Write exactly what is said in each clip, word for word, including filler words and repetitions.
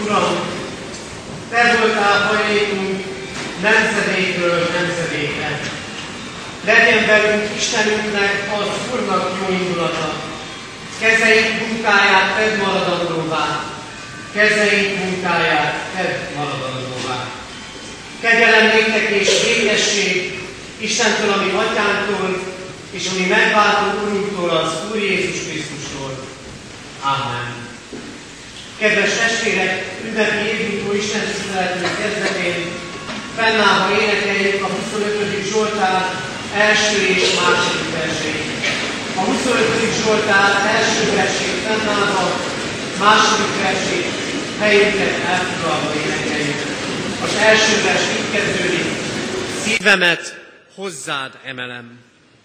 Uram, Te voltál hajlékunk nemzedékről nemzedékre. Legyen velünk Istenünknek az Úrnak jó indulata. Kezeink munkáját tedd maradandóvá. Kezeink munkáját tedd maradandóvá. Kegyelem néktek és békesség Istentől, ami Atyánktól, és ami megváltó Urunktól, az Úr Jézus Krisztustól. Amen. Kedves testvérek, ünnepi évnyitó Isten tiszteletünk kezdetén fennállva énekeljük a huszonötödik Zsoltár első és második versét. A huszonötödik Zsoltár első versét fennállva, második versét helyünket elfoglalva énekeljük. Az első vers így kezdődik: szívemet hozzád emelem.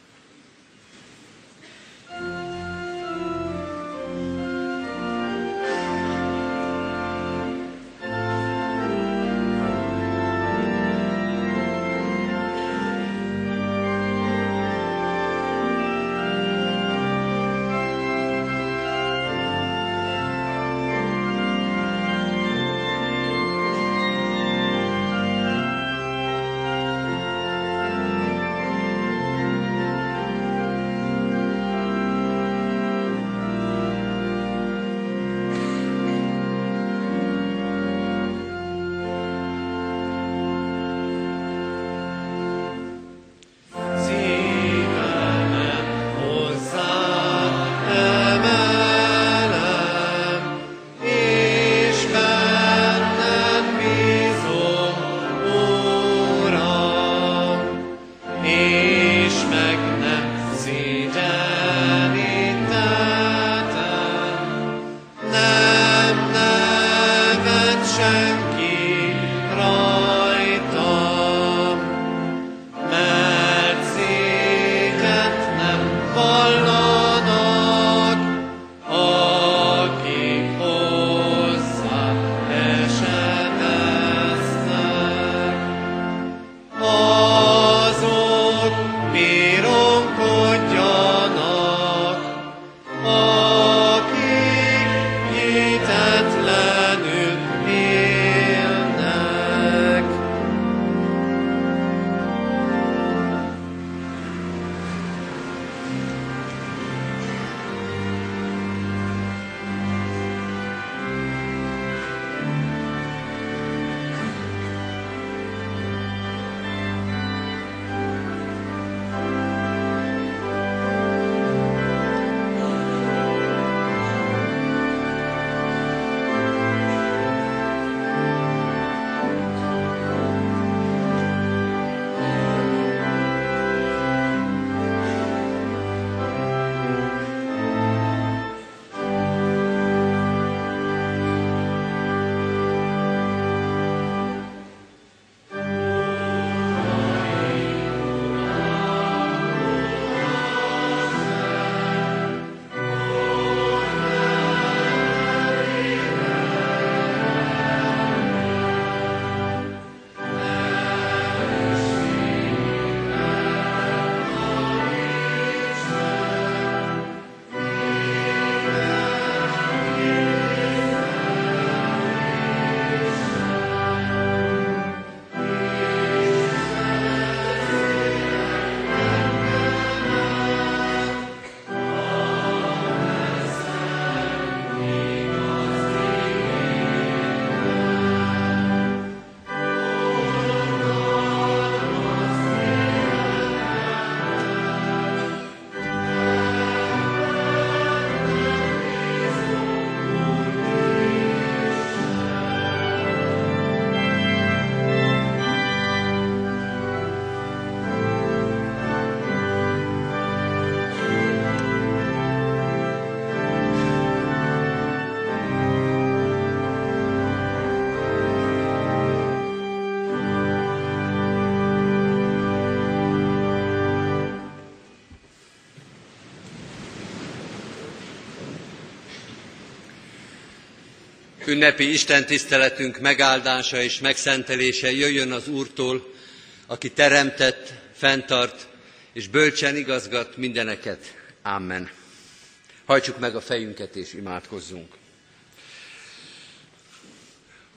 Ünnepi istentiszteletünk megáldása és megszentelése jöjjön az Úrtól, aki teremtett, fenntart és bölcsen igazgat mindeneket. Amen. Hajtsuk meg a fejünket és imádkozzunk.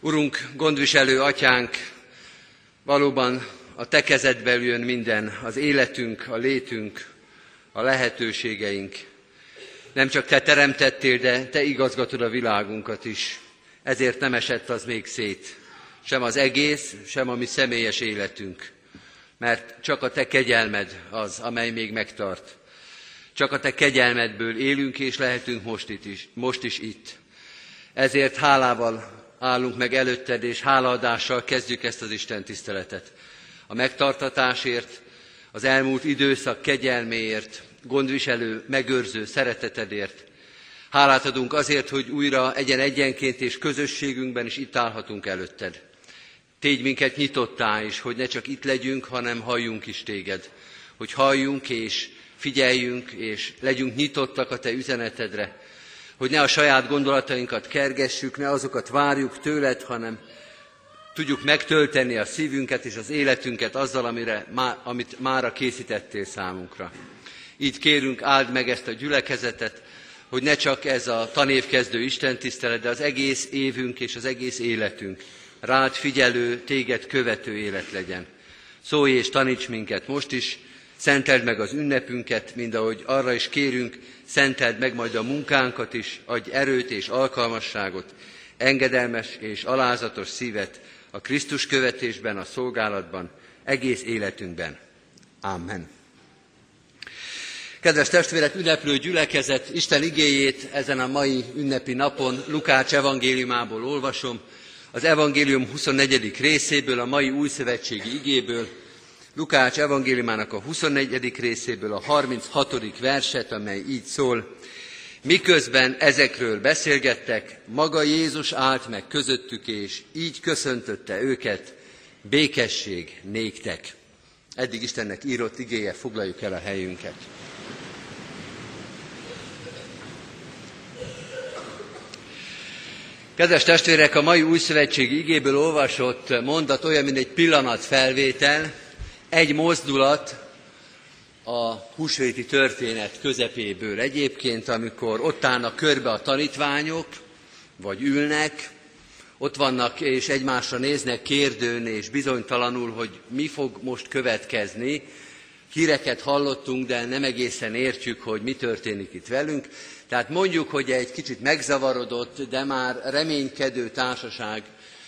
Urunk, gondviselő atyánk, valóban a te kezedből jön minden, az életünk, a létünk, a lehetőségeink. Nem csak te teremtettél, de te igazgatod a világunkat is. Ezért nem esett az még szét. Sem az egész, sem a mi személyes életünk. Mert csak a te kegyelmed az, amely még megtart. Csak a te kegyelmedből élünk és lehetünk most, itt is, most is itt. Ezért hálával állunk meg előtted, és hálaadással kezdjük ezt az Isten tiszteletet. A megtartatásért, az elmúlt időszak kegyelméért, gondviselő, megőrző szeretetedért. Hálát adunk azért, hogy újra egyen-egyenként és közösségünkben is itt állhatunk előtted. Tégy minket nyitottá is, hogy ne csak itt legyünk, hanem halljunk is téged. Hogy halljunk és figyeljünk, és legyünk nyitottak a te üzenetedre. Hogy ne a saját gondolatainkat kergessük, ne azokat várjuk tőled, hanem tudjuk megtölteni a szívünket és az életünket azzal, amire, amit mára készítettél számunkra. Így kérünk, áld meg ezt a gyülekezetet, hogy ne csak ez a tanévkezdő istentisztelet, de az egész évünk és az egész életünk rád figyelő, téged követő élet legyen. Szólj és taníts minket most is, szenteld meg az ünnepünket, mind ahogy arra is kérünk, szenteld meg majd a munkánkat is, adj erőt és alkalmasságot, engedelmes és alázatos szívet a Krisztus követésben, a szolgálatban, egész életünkben. Amen. Kedves testvérek, ünneplő gyülekezet, Isten igéjét ezen a mai ünnepi napon Lukács evangéliumából olvasom, az evangélium huszonnegyedik részéből, a mai újszövetségi igéből, Lukács evangéliumának a huszonnegyedik részéből a harminchatodik verset, amely így szól. Miközben ezekről beszélgettek, maga Jézus állt meg közöttük, és így köszöntötte őket, békesség néktek. Eddig Istennek írott igéje, foglaljuk el a helyünket. Kedves testvérek, a mai újszövetségi igéből olvasott mondat olyan, mint egy pillanatfelvétel, egy mozdulat a húsvéti történet közepéből. Egyébként, amikor ott állnak körbe a tanítványok, vagy ülnek, ott vannak és egymásra néznek kérdőn és bizonytalanul, hogy mi fog most következni. Híreket hallottunk, de nem egészen értjük, hogy mi történik itt velünk. Tehát mondjuk, hogy egy kicsit megzavarodott, de már reménykedő társaság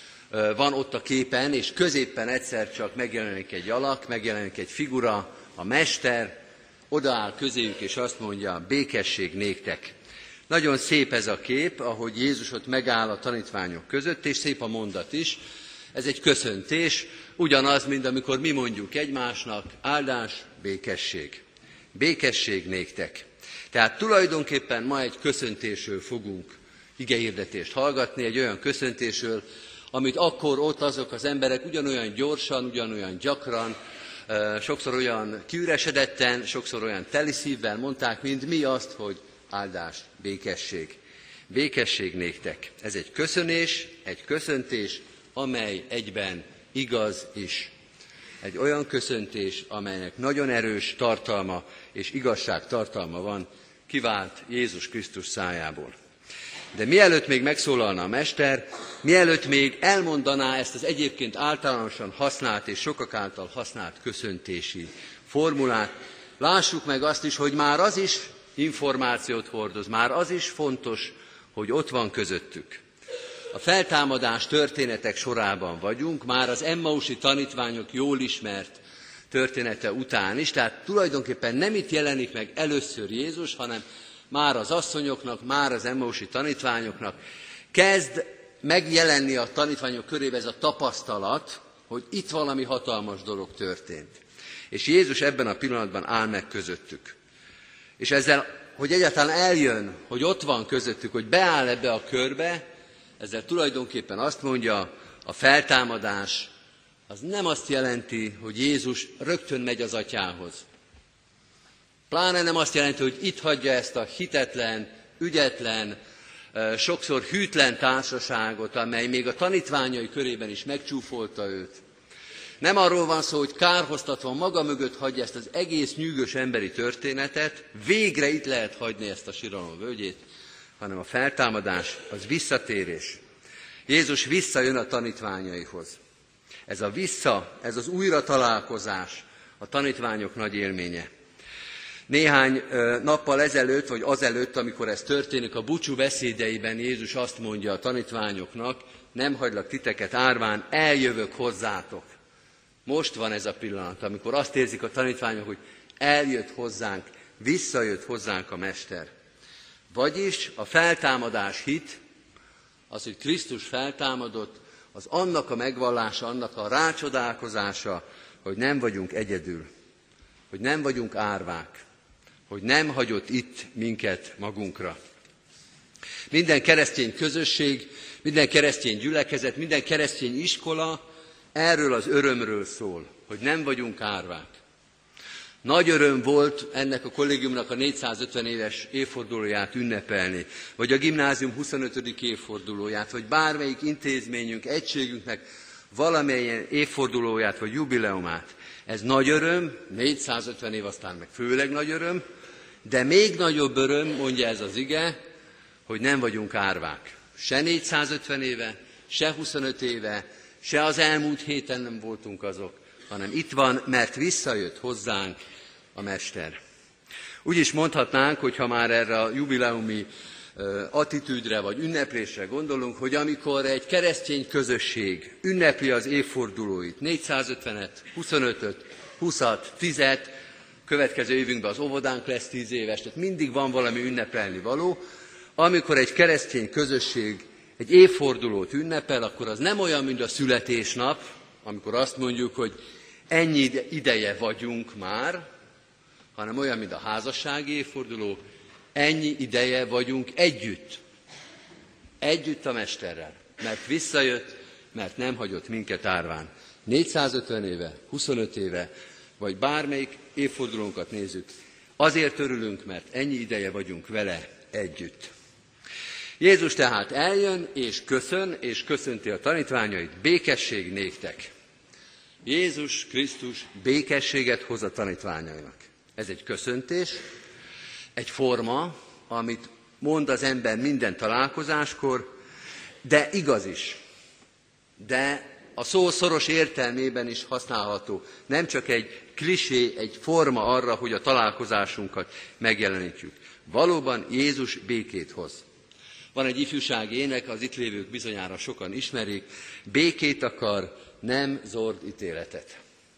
van ott a képen, és középpen egyszer csak megjelenik egy alak, megjelenik egy figura, a mester, odaáll közéjük, és azt mondja, békesség néktek. Nagyon szép ez a kép, ahogy Jézus ott megáll a tanítványok között, és szép a mondat is. Ez egy köszöntés, ugyanaz, mint amikor mi mondjuk egymásnak, áldás, békesség. Békesség néktek. Tehát tulajdonképpen ma egy köszöntésről fogunk igehirdetést hallgatni, egy olyan köszöntésről, amit akkor ott azok az emberek ugyanolyan gyorsan, ugyanolyan gyakran, sokszor olyan kiüresedetten, sokszor olyan teli szívvel mondták, mint mi azt, hogy áldás, békesség. Békesség néktek. Ez egy köszönés, egy köszöntés, amely egyben igaz is. Egy olyan köszöntés, amelynek nagyon erős tartalma és igazság tartalma van, kivált Jézus Krisztus szájából. De mielőtt még megszólalna a mester, mielőtt még elmondaná ezt az egyébként általánosan használt és sokak által használt köszöntési formulát, lássuk meg azt is, hogy már az is információt hordoz, már az is fontos, hogy ott van közöttük. A feltámadás történetek sorában vagyunk, már az emmausi tanítványok jól ismert története után is, tehát tulajdonképpen nem itt jelenik meg először Jézus, hanem már az asszonyoknak, már az emmausi tanítványoknak kezd megjelenni a tanítványok körében ez a tapasztalat, hogy itt valami hatalmas dolog történt. És Jézus ebben a pillanatban áll meg közöttük. És ezzel, hogy egyáltalán eljön, hogy ott van közöttük, hogy beáll ebbe a körbe, ezzel tulajdonképpen azt mondja, a feltámadás az nem azt jelenti, hogy Jézus rögtön megy az atyához. Pláne nem azt jelenti, hogy itt hagyja ezt a hitetlen, ügyetlen, sokszor hűtlen társaságot, amely még a tanítványai körében is megcsúfolta őt. Nem arról van szó, hogy kárhoztatva maga mögött hagyja ezt az egész nyűgös emberi történetet, végre itt lehet hagyni ezt a siralom völgyét, hanem a feltámadás az visszatérés. Jézus visszajön a tanítványaihoz. Ez a vissza, ez az újra találkozás a tanítványok nagy élménye. Néhány nappal ezelőtt, vagy azelőtt, amikor ez történik, a búcsú beszédeiben Jézus azt mondja a tanítványoknak, nem hagylak titeket árván, eljövök hozzátok. Most van ez a pillanat, amikor azt érzik a tanítványok, hogy eljött hozzánk, visszajött hozzánk a Mester. Vagyis a feltámadás hit, az, hogy Krisztus feltámadott, az annak a megvallása, annak a rácsodálkozása, hogy nem vagyunk egyedül, hogy nem vagyunk árvák, hogy nem hagyott itt minket magunkra. Minden keresztény közösség, minden keresztény gyülekezet, minden keresztény iskola erről az örömről szól, hogy nem vagyunk árvák. Nagy öröm volt ennek a kollégiumnak a négyszázötven éves évfordulóját ünnepelni, vagy a gimnázium huszonötödik évfordulóját, vagy bármelyik intézményünk, egységünknek valamilyen évfordulóját, vagy jubileumát. Ez nagy öröm, négyszázötven év aztán meg főleg nagy öröm, de még nagyobb öröm, mondja ez az ige, hogy nem vagyunk árvák. Se négyszázötven éve, se huszonöt éve, se az elmúlt héten nem voltunk azok, hanem itt van, mert visszajött hozzánk a Mester. Úgy is mondhatnánk, hogy ha már erre a jubileumi attitűdre vagy ünneplésre gondolunk, hogy amikor egy keresztény közösség ünnepli az évfordulóit, négyszázötvenet, huszonötöt, húszat, tízet, következő évünkben az óvodánk lesz tíz éves, tehát mindig van valami ünnepelni való. Amikor egy keresztény közösség egy évfordulót ünnepel, akkor az nem olyan, mint a születésnap, amikor azt mondjuk, hogy ennyi ideje vagyunk már, hanem olyan, mint a házassági évforduló, ennyi ideje vagyunk együtt. Együtt a Mesterrel. Mert visszajött, mert nem hagyott minket árván. négyszázötven éve, huszonöt éve, vagy bármelyik évfordulónkat nézzük. Azért örülünk, mert ennyi ideje vagyunk vele együtt. Jézus tehát eljön, és köszön, és köszönti a tanítványait, békesség néktek. Jézus Krisztus békességet hoz a tanítványainak. Ez egy köszöntés, egy forma, amit mond az ember minden találkozáskor, de igaz is. De a szó szoros értelmében is használható. Nem csak egy klisé, egy forma arra, hogy a találkozásunkat megjelenítjük. Valóban Jézus békét hoz. Van egy ifjúsági ének, az itt lévők bizonyára sokan ismerik, békét akar, nem zord ítéletet.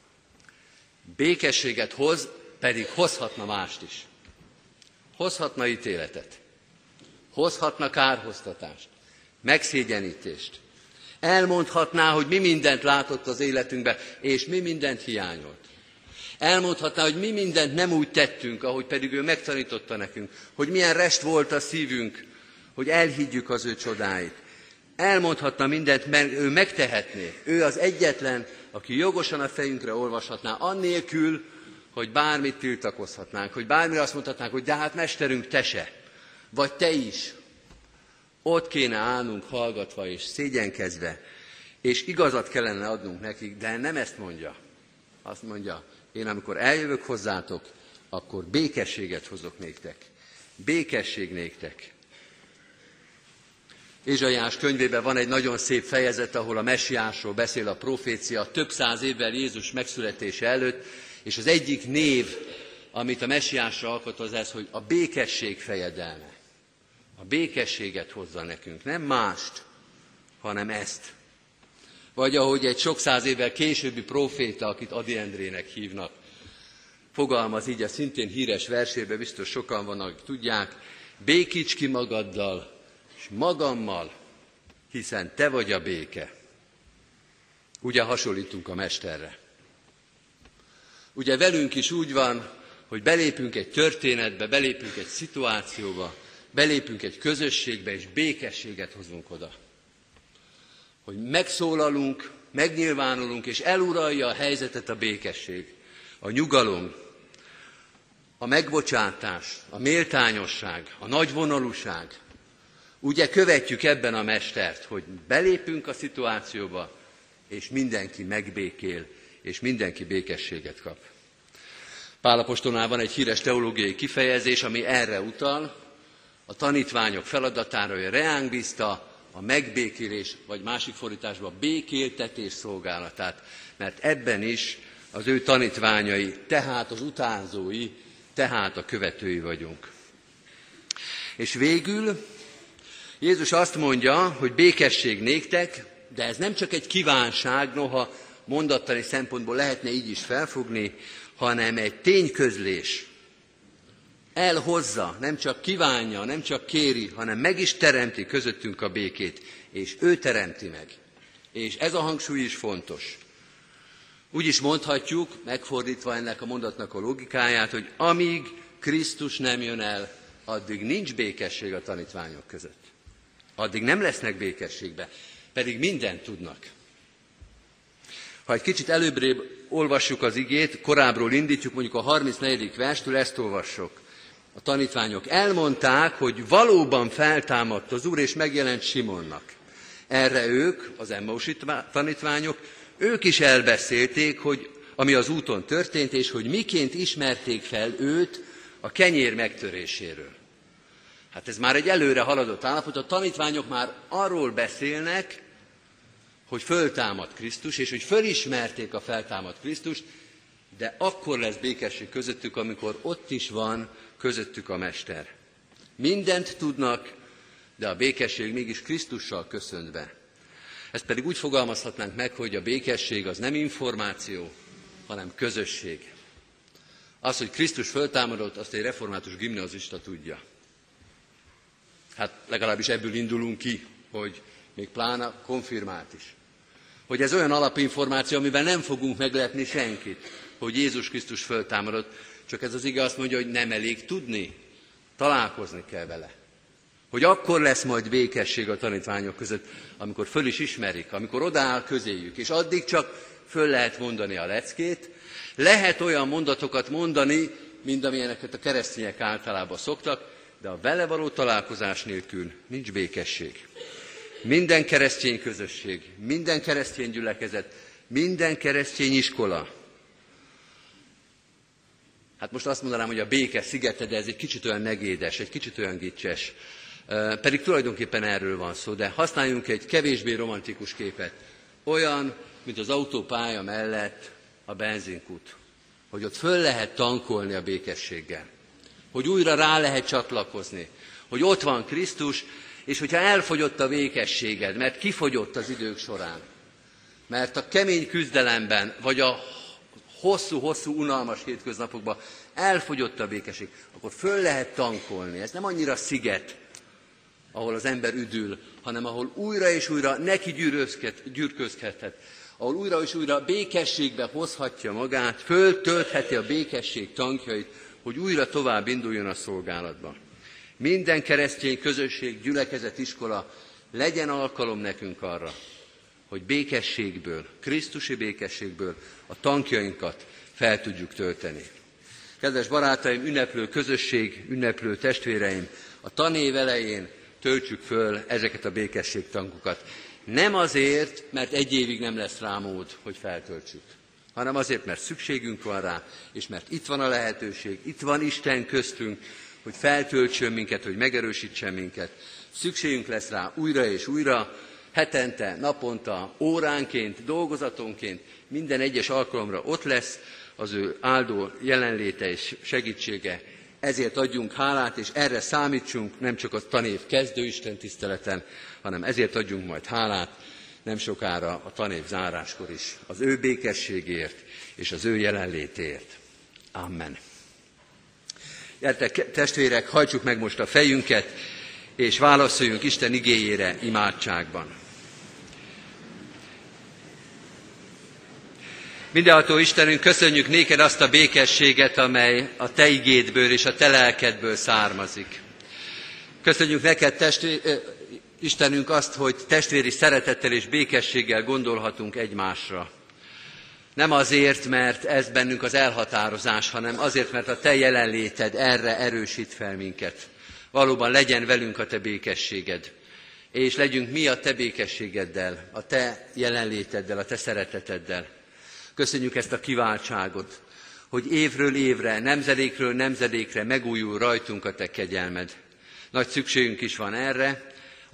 Békességet hoz, pedig hozhatna mást is. Hozhatna ítéletet. Hozhatna kárhoztatást, megszégyenítést. Elmondhatná, hogy mi mindent látott az életünkbe, és mi mindent hiányolt. Elmondhatná, hogy mi mindent nem úgy tettünk, ahogy pedig ő megtanította nekünk, hogy milyen rest volt a szívünk, hogy elhiggyük az ő csodáit. Elmondhatna mindent, mert ő megtehetné. Ő az egyetlen, aki jogosan a fejünkre olvashatná, annélkül, hogy bármit tiltakozhatnánk, hogy bármire azt mondhatnánk, hogy de hát mesterünk, te se, vagy te is. Ott kéne állnunk hallgatva és szégyenkezve, és igazat kellene adnunk nekik, de nem ezt mondja. Azt mondja, én amikor eljövök hozzátok, akkor békességet hozok néktek. Békesség néktek. Ézsaiás könyvében van egy nagyon szép fejezet, ahol a messiásról beszél a profécia több száz évvel Jézus megszületése előtt, és az egyik név, amit a messiásra alkot, az ez, hogy a békesség fejedelme. A békességet hozza nekünk, nem mást, hanem ezt. Vagy ahogy egy sok száz évvel későbbi próféta, akit Ady Endrének hívnak, fogalmaz így a szintén híres versében, biztos sokan vannak, akik tudják, békíts ki magaddal, és magammal, hiszen te vagy a béke. Ugye hasonlítunk a Mesterre. Ugye velünk is úgy van, hogy belépünk egy történetbe, belépünk egy szituációba, belépünk egy közösségbe, és békességet hozunk oda. Hogy megszólalunk, megnyilvánulunk, és eluralja a helyzetet a békesség, a nyugalom, a megbocsátás, a méltányosság, a nagyvonalúság. Ugye követjük ebben a Mestert, hogy belépünk a szituációba, és mindenki megbékél, és mindenki békességet kap. Pál apostolnál van egy híres teológiai kifejezés, ami erre utal, a tanítványok feladatára, hogy reánk bízta a megbékélés, vagy másik fordításban a békéltetés szolgálatát, mert ebben is az ő tanítványai, tehát az utánzói, tehát a követői vagyunk. És végül Jézus azt mondja, hogy békesség néktek, de ez nem csak egy kívánság, noha mondattani szempontból lehetne így is felfogni, hanem egy tényközlés. Elhozza, nem csak kívánja, nem csak kéri, hanem meg is teremti közöttünk a békét, és ő teremti meg. És ez a hangsúly is fontos. Úgy is mondhatjuk, megfordítva ennek a mondatnak a logikáját, hogy amíg Krisztus nem jön el, addig nincs békesség a tanítványok között. Addig nem lesznek békességbe, pedig mindent tudnak. Ha egy kicsit előbbre olvassuk az igét, korábbról indítjuk, mondjuk a harmincnegyedik verstől, ezt olvassuk. A tanítványok elmondták, hogy valóban feltámadt az Úr, és megjelent Simonnak. Erre ők, az Emmausi tanítványok, ők is elbeszélték, hogy ami az úton történt, és hogy miként ismerték fel őt a kenyér megtöréséről. Hát ez már egy előre haladott állapot, a tanítványok már arról beszélnek, hogy föltámad Krisztus, és hogy fölismerték a feltámad Krisztust, de akkor lesz békesség közöttük, amikor ott is van közöttük a Mester. Mindent tudnak, de a békesség mégis Krisztussal köszönt be. Ezt pedig úgy fogalmazhatnánk meg, hogy a békesség az nem információ, hanem közösség. Az, hogy Krisztus föltámadott, azt egy református gimnazista tudja. Hát legalábbis ebből indulunk ki, hogy még pláne konfirmált is. Hogy ez olyan alapinformáció, amiben nem fogunk meglepni senkit, hogy Jézus Krisztus föltámadott, csak ez az ige azt mondja, hogy nem elég tudni, találkozni kell vele. Hogy akkor lesz majd békesség a tanítványok között, amikor föl is ismerik, amikor odaáll közéjük, és addig csak föl lehet mondani a leckét, lehet olyan mondatokat mondani, mint amilyeneket a keresztények általában szoktak, de a vele való találkozás nélkül nincs békesség. Minden keresztény közösség, minden keresztény gyülekezet, minden keresztény iskola. Hát most azt mondanám, hogy a béke szigete, de ez egy kicsit olyan negédes, egy kicsit olyan gicses. Pedig tulajdonképpen erről van szó, de használjunk egy kevésbé romantikus képet. Olyan, mint az autópálya mellett a benzinkút. Hogy ott föl lehet tankolni a békességgel. Hogy újra rá lehet csatlakozni. Hogy ott van Krisztus, és hogyha elfogyott a békességed, mert kifogyott az idők során, mert a kemény küzdelemben, vagy a hosszú-hosszú unalmas hétköznapokban elfogyott a békesség, akkor föl lehet tankolni. Ez nem annyira sziget, ahol az ember üdül, hanem ahol újra és újra neki gyűrközkedhet, ahol újra és újra békességbe hozhatja magát, föltöltheti a békesség tankjait, hogy újra tovább induljon a szolgálatba. Minden keresztény közösség, gyülekezet, iskola legyen alkalom nekünk arra, hogy békességből, krisztusi békességből a tankjainkat fel tudjuk tölteni. Kedves barátaim, ünneplő közösség, ünneplő testvéreim, a tanév elején töltsük föl ezeket a békességtankokat. Nem azért, mert egy évig nem lesz rá mód, hogy feltöltsük, hanem azért, mert szükségünk van rá, és mert itt van a lehetőség, itt van Isten köztünk, hogy feltöltsön minket, hogy megerősítsen minket. Szükségünk lesz rá újra és újra, hetente, naponta, óránként, dolgozatonként, minden egyes alkalomra ott lesz az ő áldó jelenléte és segítsége. Ezért adjunk hálát, és erre számítsunk nem csak a tanév kezdő Isten tiszteleten, hanem ezért adjunk majd hálát nem sokára a tanév záráskor is, az ő békességért és az ő jelenlétért. Amen. Gyertek, testvérek, hajtsuk meg most a fejünket, és válaszoljunk Isten igéjére imádságban. Mindenható Istenünk, köszönjük néked azt a békességet, amely a te igédből és a te lelkedből származik. Köszönjük neked, testvér, Istenünk, azt, hogy testvéri szeretettel és békességgel gondolhatunk egymásra. Nem azért, mert ez bennünk az elhatározás, hanem azért, mert a te jelenléted erre erősít fel minket. Valóban legyen velünk a te békességed, és legyünk mi a te békességeddel, a te jelenléteddel, a te szereteteddel. Köszönjük ezt a kiváltságot, hogy évről évre, nemzedékről nemzedékre megújul rajtunk a te kegyelmed. Nagy szükségünk is van erre,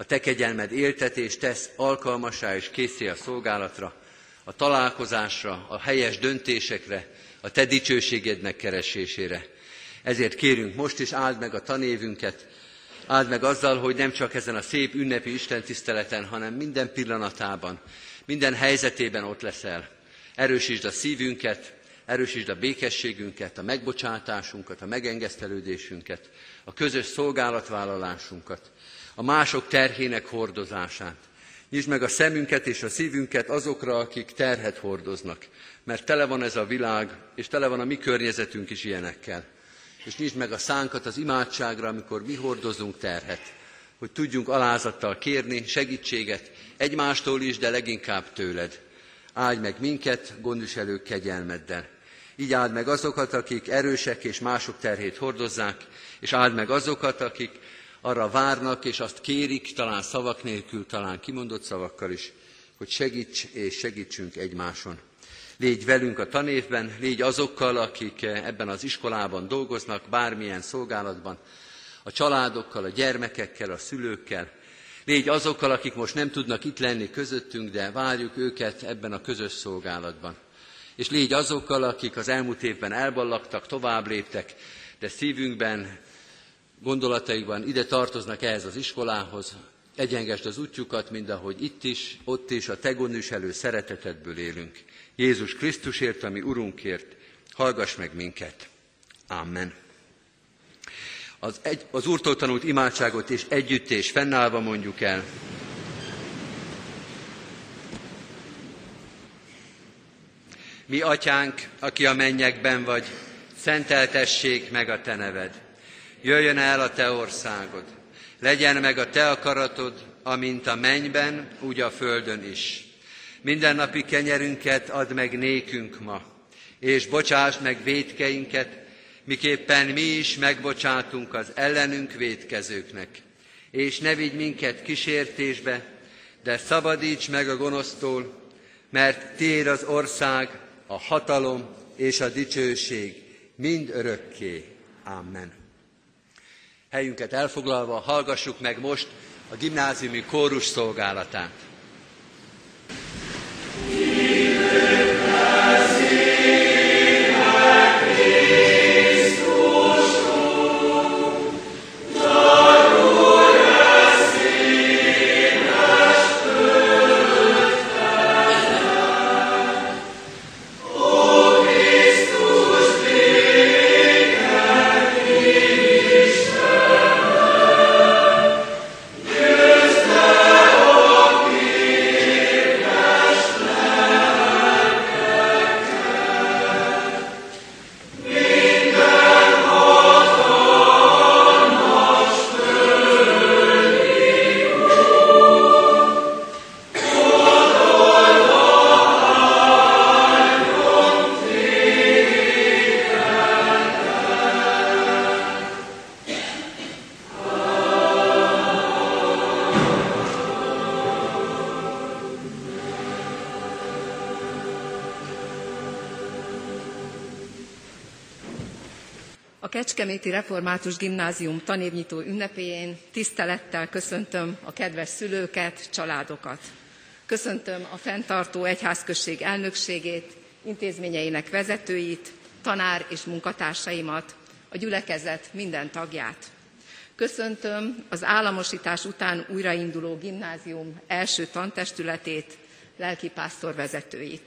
A te kegyelmed éltetés tesz alkalmassá és készé a szolgálatra, a találkozásra, a helyes döntésekre, a te dicsőségednek keresésére. Ezért kérünk most is, áld meg a tanévünket, áld meg azzal, hogy nem csak ezen a szép ünnepi istentiszteleten, hanem minden pillanatában, minden helyzetében ott leszel. Erősítsd a szívünket, erősítsd a békességünket, a megbocsátásunkat, a megengesztelődésünket, a közös szolgálatvállalásunkat, a mások terhének hordozását. Nyisd meg a szemünket és a szívünket azokra, akik terhet hordoznak, mert tele van ez a világ, és tele van a mi környezetünk is ilyenekkel. És nyisd meg a szánkat az imádságra, amikor mi hordozunk terhet, hogy tudjunk alázattal kérni segítséget egymástól is, de leginkább tőled. Áldj meg minket gondviselő kegyelmeddel. Így áld meg azokat, akik erősek és mások terhét hordozzák, és áld meg azokat, akik arra várnak, és azt kérik, talán szavak nélkül, talán kimondott szavakkal is, hogy segíts és segítsünk egymáson. Légy velünk a tanévben, légy azokkal, akik ebben az iskolában dolgoznak, bármilyen szolgálatban, a családokkal, a gyermekekkel, a szülőkkel. Légy azokkal, akik most nem tudnak itt lenni közöttünk, de várjuk őket ebben a közös szolgálatban. És légy azokkal, akik az elmúlt évben elballagtak, tovább léptek, de szívünkben, gondolataikban ide tartoznak ehhez az iskolához. Egyengesd az útjukat, mind ahogy itt is, ott is, a te gondviselő szeretetedből élünk. Jézus Krisztusért, ami Urunkért, hallgass meg minket. Amen. Az, egy, az Úrtól tanult imádságot és együtt és fennállva mondjuk el. Mi atyánk, aki a mennyekben vagy, szenteltessék meg a te neved. Jöjjön el a te országod. Legyen meg a te akaratod, amint a mennyben, úgy a földön is. Mindennapi kenyerünket add meg nékünk ma, és bocsásd meg vétkeinket, miképpen mi is megbocsátunk az ellenünk vétkezőknek. És ne vigy minket kísértésbe, de szabadíts meg a gonosztól, mert tiéd az ország, a hatalom és a dicsőség mind örökké. Amen. Helyünket elfoglalva hallgassuk meg most a gimnáziumi kórus szolgálatát. A Kecskeméti Református Gimnázium tanévnyitó ünnepéjén tisztelettel köszöntöm a kedves szülőket, családokat. Köszöntöm a fenntartó egyházközség elnökségét, intézményeinek vezetőit, tanár és munkatársaimat, a gyülekezet minden tagját. Köszöntöm az államosítás után újrainduló gimnázium első tantestületét, lelkipásztor vezetőit.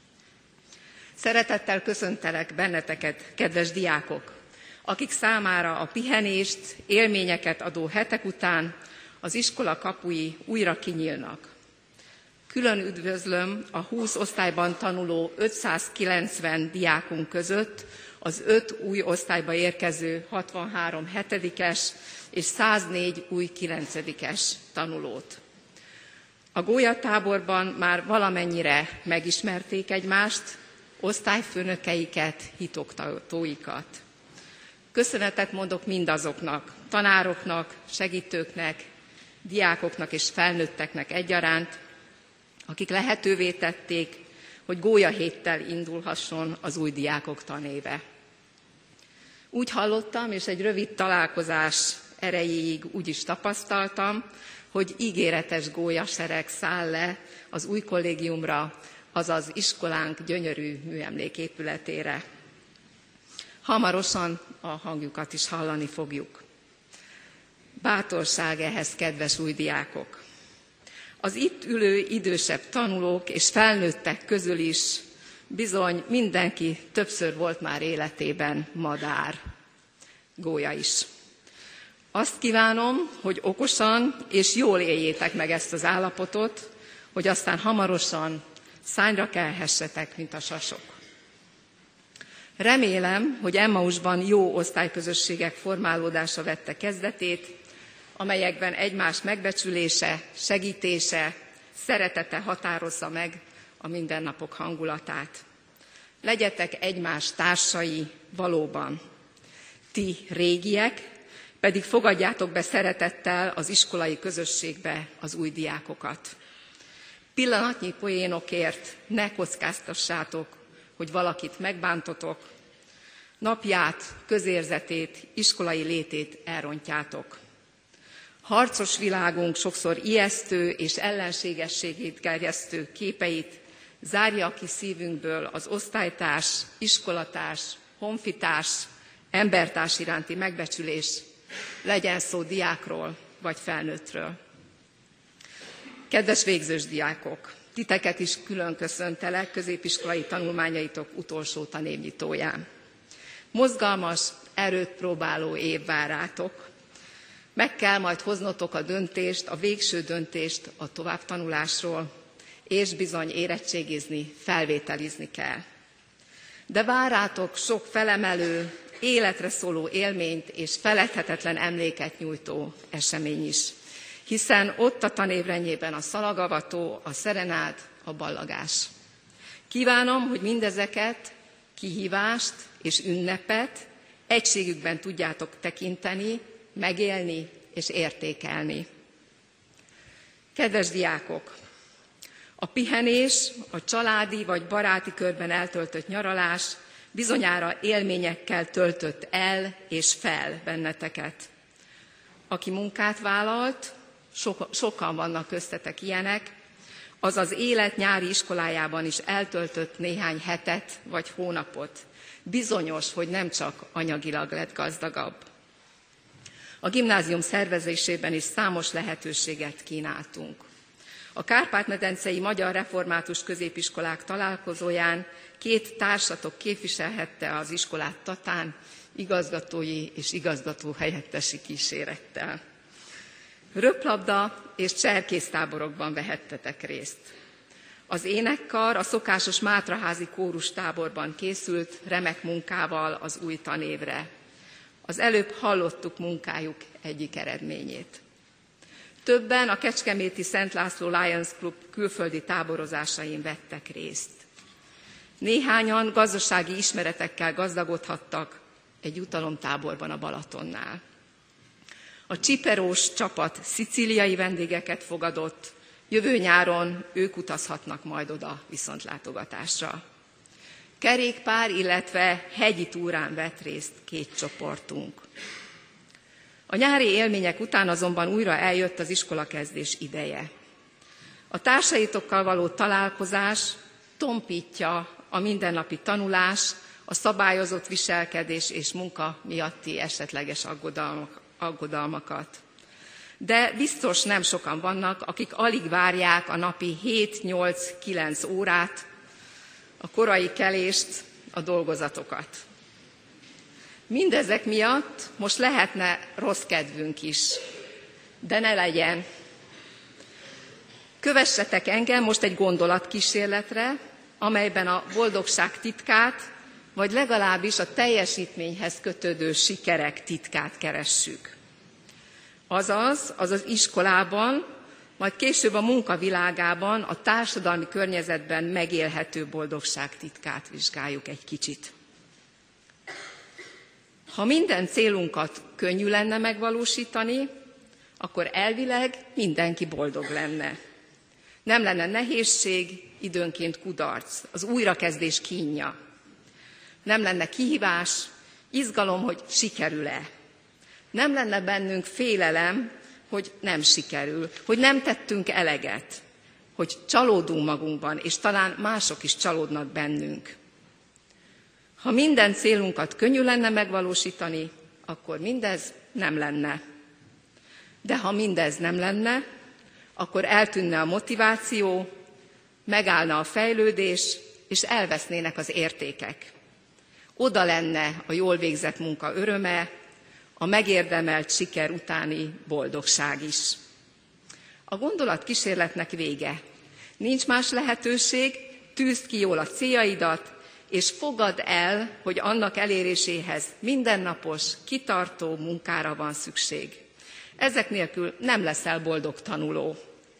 Szeretettel köszöntelek benneteket, kedves diákok, akik számára a pihenést, élményeket adó hetek után az iskola kapui újra kinyílnak. Külön üdvözlöm a húsz osztályban tanuló ötszázkilencven diákunk között az öt új osztályba érkező hatvanhárom hetedikes és száznégy új kilencedikes tanulót. A gólyatáborban már valamennyire megismerték egymást, osztályfőnökeiket, hitoktatóikat. Köszönetet mondok mindazoknak, tanároknak, segítőknek, diákoknak és felnőtteknek egyaránt, akik lehetővé tették, hogy gólyahéttel indulhasson az új diákok tanéve. Úgy hallottam, és egy rövid találkozás erejéig úgy is tapasztaltam, hogy ígéretes gólyasereg száll le az új kollégiumra, azaz iskolánk gyönyörű műemléképületére. Hamarosan a hangjukat is hallani fogjuk. Bátorság ehhez, kedves új diákok! Az itt ülő idősebb tanulók és felnőttek közül is bizony mindenki többször volt már életében madár, gólya is. Azt kívánom, hogy okosan és jól éljétek meg ezt az állapotot, hogy aztán hamarosan szárnyra kelhessetek, mint a sasok. Remélem, hogy Emmausban jó osztályközösségek formálódása vette kezdetét, amelyekben egymás megbecsülése, segítése, szeretete határozza meg a mindennapok hangulatát. Legyetek egymás társai valóban. Ti régiek, pedig fogadjátok be szeretettel az iskolai közösségbe az új diákokat. Pillanatnyi poénokért ne kockáztassátok, hogy valakit megbántotok, napját, közérzetét, iskolai létét elrontjátok. Harcos világunk sokszor ijesztő és ellenségességét gerjesztő képeit zárja ki szívünkből az osztálytárs, iskolatárs, honfitárs, embertárs iránti megbecsülés, legyen szó diákról vagy felnőttről. Kedves végzős diákok, titeket is külön köszöntelek középiskolai tanulmányaitok utolsó tanévnyitóján. Mozgalmas, erőt próbáló év vár rátok. Meg kell majd hoznotok a döntést, a végső döntést a továbbtanulásról, és bizony érettségizni, felvételizni kell. De vár rátok sok felemelő, életre szóló élményt és feledhetetlen emléket nyújtó esemény is, hiszen ott a tanévrendjében a szalagavató, a szerenád, a ballagás. Kívánom, hogy mindezeket, kihívást és ünnepet egységükben tudjátok tekinteni, megélni és értékelni. Kedves diákok! A pihenés, a családi vagy baráti körben eltöltött nyaralás bizonyára élményekkel töltött el és fel benneteket. Aki munkát vállalt, so- sokan vannak köztetek ilyenek, az az élet nyári iskolájában is eltöltött néhány hetet vagy hónapot. Bizonyos, hogy nem csak anyagilag lett gazdagabb. A gimnázium szervezésében is számos lehetőséget kínáltunk. A Kárpát-medencei Magyar Református Középiskolák találkozóján két társatok képviselhette az iskolát Tatán, igazgatói és igazgató helyettesi kísérettel. Röplabda és cserkésztáborokban vehettetek részt. Az énekkar a szokásos mátraházi kórustáborban készült remek munkával az új tanévre. Az előbb hallottuk munkájuk egyik eredményét. Többen a kecskeméti Szent László Lions Club külföldi táborozásain vettek részt. Néhányan gazdasági ismeretekkel gazdagodhattak egy jutalomtáborban a Balatonnál. A csiperós csapat szicíliai vendégeket fogadott, jövő nyáron ők utazhatnak majd oda viszontlátogatásra. Kerékpár, illetve hegyi túrán vett részt két csoportunk. A nyári élmények után azonban újra eljött az iskolakezdés ideje. A társaitokkal való találkozás tompítja a mindennapi tanulás, a szabályozott viselkedés és munka miatti esetleges aggodalmak, aggodalmakat. De biztos nem sokan vannak, akik alig várják a napi hét-nyolc-kilenc órát, a korai kelést, a dolgozatokat. Mindezek miatt most lehetne rossz kedvünk is, de ne legyen. Kövessetek engem most egy gondolatkísérletre, amelyben a boldogság titkát, vagy legalábbis a teljesítményhez kötődő sikerek titkát keressük. Azaz, az az iskolában, majd később a munkavilágában, a társadalmi környezetben megélhető boldogság titkát vizsgáljuk egy kicsit. Ha minden célunkat könnyű lenne megvalósítani, akkor elvileg mindenki boldog lenne. Nem lenne nehézség, időnként kudarc, az újrakezdés kínja. Nem lenne kihívás, izgalom, hogy sikerül-e. Nem lenne bennünk félelem, hogy nem sikerül, hogy nem tettünk eleget, hogy csalódunk magunkban, és talán mások is csalódnak bennünk. Ha minden célunkat könnyű lenne megvalósítani, akkor mindez nem lenne. De ha mindez nem lenne, akkor eltűnne a motiváció, megállna a fejlődés, és elvesznének az értékek. Oda lenne a jól végzett munka öröme, a megérdemelt siker utáni boldogság is. A gondolatkísérletnek vége. Nincs más lehetőség, tűzd ki jól a céljaidat, és fogadd el, hogy annak eléréséhez mindennapos, kitartó munkára van szükség. Ezek nélkül nem leszel boldog tanuló.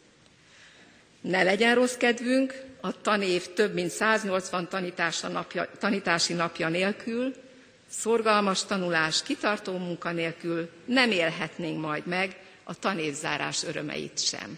Ne legyen rossz kedvünk, a tanév több mint száznyolcvan napja, tanítási napja nélkül, szorgalmas tanulás, kitartó munka nélkül nem élhetnénk majd meg a tanévzárás örömeit sem.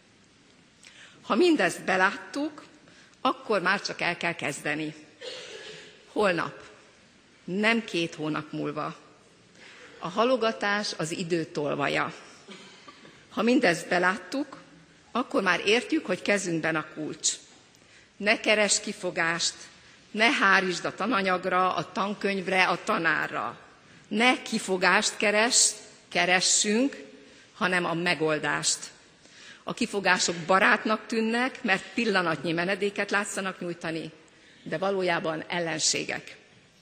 Ha mindezt beláttuk, akkor már csak el kell kezdeni. Holnap, nem két hónap múlva. A halogatás az idő tolvaja. Ha mindezt beláttuk, akkor már értjük, hogy kezünkben a kulcs. Ne keresd kifogást, ne hárítsd a tananyagra, a tankönyvre, a tanárra. Ne kifogást keres, keressünk, hanem a megoldást. A kifogások barátnak tűnnek, mert pillanatnyi menedéket látszanak nyújtani, de valójában ellenségek.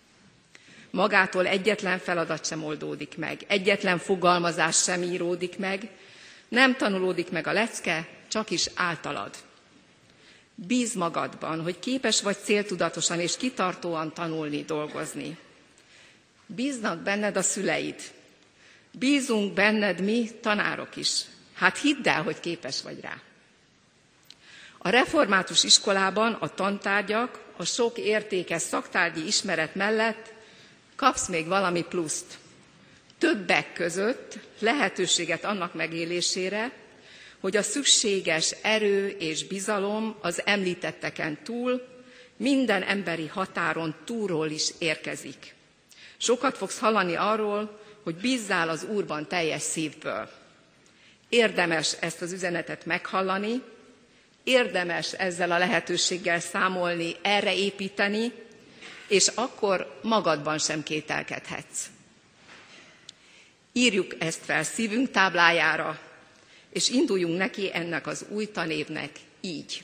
Magától egyetlen feladat sem oldódik meg, egyetlen fogalmazás sem íródik meg, nem tanulódik meg a lecke, csak is általad. Bíz magadban, hogy képes vagy céltudatosan és kitartóan tanulni, dolgozni. Bíznak benned a szüleid. Bízunk benned mi, tanárok is. Hát hidd el, hogy képes vagy rá. A református iskolában a tantárgyak, a sok értékes szaktárgyi ismeret mellett kapsz még valami pluszt. Többek között lehetőséget annak megélésére, hogy a szükséges erő és bizalom az említetteken túl, minden emberi határon túlról is érkezik. Sokat fogsz hallani arról, hogy bízzál az Úrban teljes szívből. Érdemes ezt az üzenetet meghallani, érdemes ezzel a lehetőséggel számolni, erre építeni, és akkor magadban sem kételkedhetsz. Írjuk ezt fel szívünk táblájára, és induljunk neki ennek az új tanévnek így.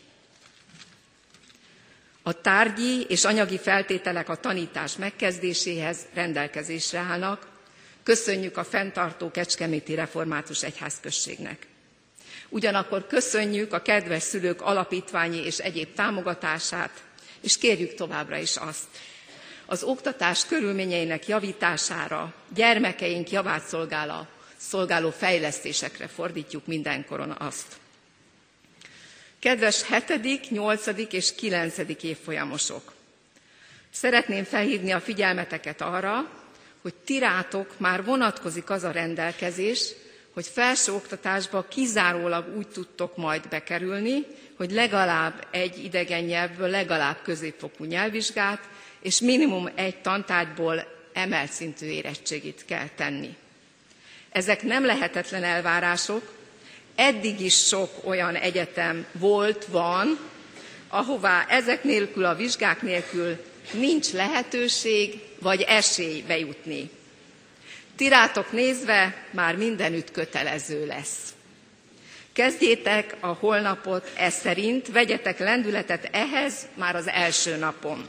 A tárgyi és anyagi feltételek a tanítás megkezdéséhez rendelkezésre állnak. Köszönjük a fenntartó Kecskeméti Református Egyházközségnek. Ugyanakkor köszönjük a kedves szülők alapítványi és egyéb támogatását, és kérjük továbbra is azt. Az oktatás körülményeinek javítására, gyermekeink javát szolgáló, szolgáló fejlesztésekre fordítjuk mindenkoron azt. Kedves hetedik, nyolcadik és kilencedik évfolyamosok! Szeretném felhívni a figyelmeteket arra, hogy ti rátok már vonatkozik az a rendelkezés, hogy felsőoktatásba kizárólag úgy tudtok majd bekerülni, hogy legalább egy idegen nyelvből legalább középfokú nyelvvizsgát, és minimum egy tantárgyból emelt szintű érettségit kell tenni. Ezek nem lehetetlen elvárások, eddig is sok olyan egyetem volt, van, ahová ezek nélkül, a vizsgák nélkül nincs lehetőség vagy esély bejutni. Ti rátok nézve már mindenütt kötelező lesz. Kezdjétek a holnapot e szerint, vegyetek lendületet ehhez már az első napon.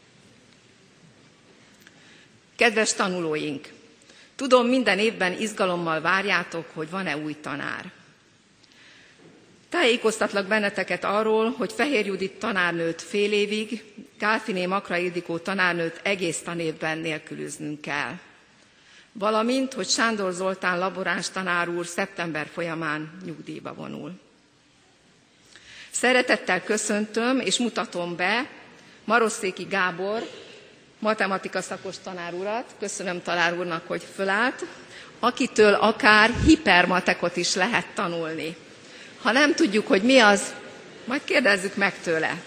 Kedves tanulóink! Tudom, minden évben izgalommal várjátok, hogy van-e új tanár. Tájékoztatlak benneteket arról, hogy Fehér Judit tanárnőt fél évig, Gálfiné Makra Ildikó tanárnőt egész tanévben nélkülöznünk kell. Valamint, hogy Sándor Zoltán laboráns tanár úr szeptember folyamán nyugdíjba vonul. Szeretettel köszöntöm és mutatom be Marosszéki Gábor, matematika szakos tanár urat, köszönöm tanár úrnak, hogy fölállt, akitől akár hipermatekot is lehet tanulni. Ha nem tudjuk, hogy mi az, majd kérdezzük meg tőle.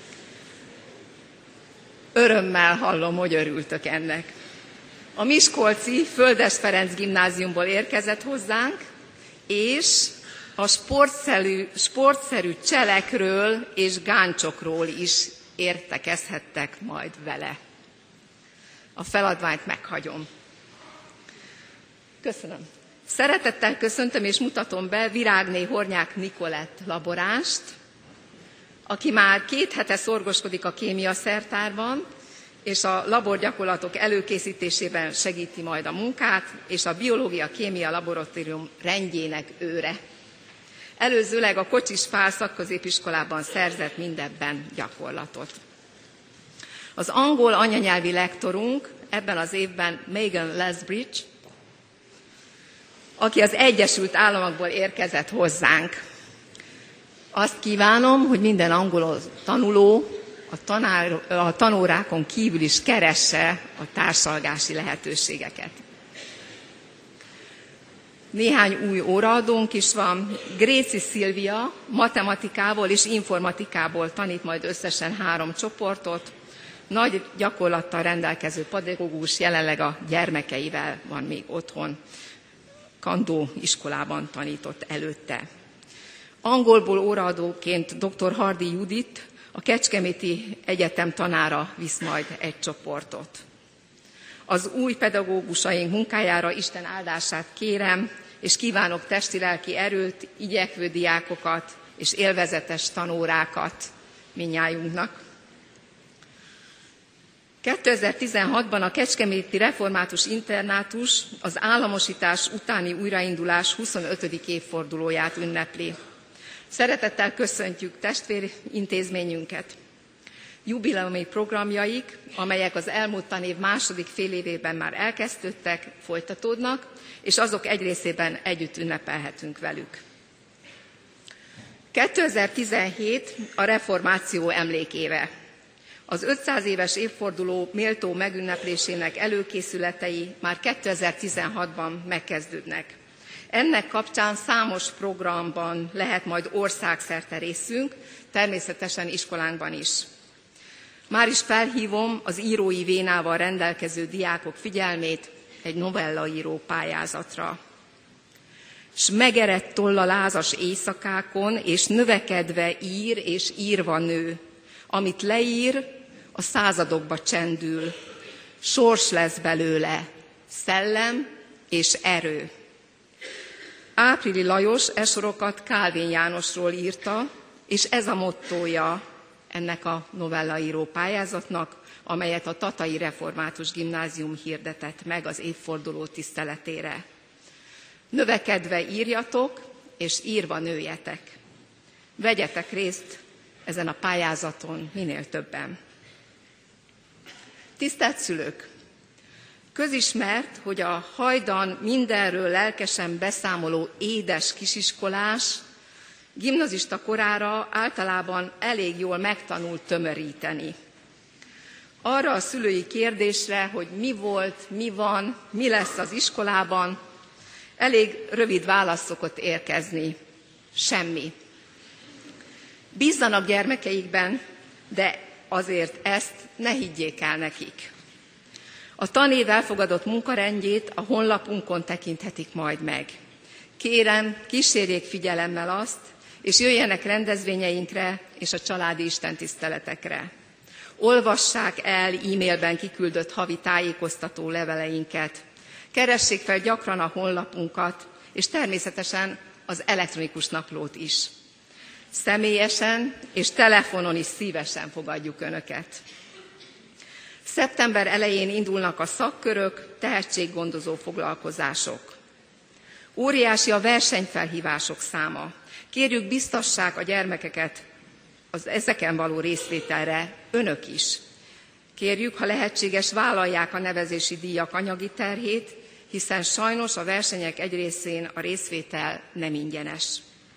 Örömmel hallom, hogy örültök ennek. A miskolci Földes Ferenc gimnáziumból érkezett hozzánk, és a sportszerű, sportszerű cselekről és gáncsokról is értekezhettek majd vele. A feladványt meghagyom. Köszönöm. Szeretettel köszöntöm és mutatom be Virágné Hornyák Nikolett laboránst, aki már két hete szorgoskodik a kémia szertárban, és a laborgyakorlatok előkészítésében segíti majd a munkát, és a Biológia-Kémia Laboratórium rendjének őre. Előzőleg a Kocsis Pál szakközépiskolában szerzett mindebben gyakorlatot. Az angol anyanyelvi lektorunk ebben az évben Megan Lesbridge, aki az Egyesült Államokból érkezett hozzánk. Azt kívánom, hogy minden angol tanuló a, tanár, a tanórákon kívül is keresse a társalgási lehetőségeket. Néhány új óraadónk is van. Gréci Szilvia matematikából és informatikából tanít majd összesen három csoportot. Nagy gyakorlattal rendelkező pedagógus jelenleg a gyermekeivel van még otthon. Kandó iskolában tanított előtte. Angolból óraadóként dr. Hardy Judit, a Kecskeméti Egyetem tanára visz majd egy csoportot. Az új pedagógusaink munkájára Isten áldását kérem, és kívánok testi-lelki erőt, igyekvő diákokat és élvezetes tanórákat mindnyájunknak. kétezer-tizenhatban a Kecskeméti Református Internátus az államosítás utáni újraindulás huszonötödik évfordulóját ünnepli. Szeretettel köszöntjük testvérintézményünket. Jubileumi programjaik, amelyek az elmúlt tanév második fél évében már elkezdődtek, folytatódnak, és azok egy részében együtt ünnepelhetünk velük. kétezer-tizenhét a reformáció emlékéve. Az ötszáz éves évforduló méltó megünneplésének előkészületei már kétezer-tizenhatban megkezdődnek. Ennek kapcsán számos programban lehet majd országszerte részünk, természetesen iskolánkban is. Már is felhívom az írói vénával rendelkező diákok figyelmét egy novellaíró pályázatra. S megerett toll a lázas éjszakákon, és növekedve ír és írva nő. Amit leír, a századokba csendül. Sors lesz belőle, szellem és erő. Áprili Lajos e sorokat Kálvin Jánosról írta, és ez a mottója ennek a novellaíró pályázatnak, amelyet a Tatai Református Gimnázium hirdetett meg az évforduló tiszteletére. Növekedve írjatok, és írva nőjetek. Vegyetek részt ezen a pályázaton minél többen. Tisztelt szülők! Közismert, hogy a hajdan mindenről lelkesen beszámoló édes kisiskolás gimnazista korára általában elég jól megtanul tömöríteni. Arra a szülői kérdésre, hogy mi volt, mi van, mi lesz az iskolában, elég rövid válasz szokott érkezni. Semmi. Bízzanak gyermekeikben, de azért ezt ne higgyék el nekik. A tanév elfogadott munkarendjét a honlapunkon tekinthetik majd meg. Kérem, kísérjék figyelemmel azt, és jöjjenek rendezvényeinkre és a családi istentiszteletekre. Olvassák el e-mailben kiküldött havi tájékoztató leveleinket. Keressék fel gyakran a honlapunkat, és természetesen az elektronikus naplót is. Személyesen és telefonon is szívesen fogadjuk Önöket. Szeptember elején indulnak a szakkörök, tehetséggondozó foglalkozások. Óriási a versenyfelhívások száma. Kérjük, biztassák a gyermekeket az ezeken való részvételre, Önök is. Kérjük, ha lehetséges, vállalják a nevezési díjak anyagi terhét, hiszen sajnos a versenyek egy részén a részvétel nem ingyenes.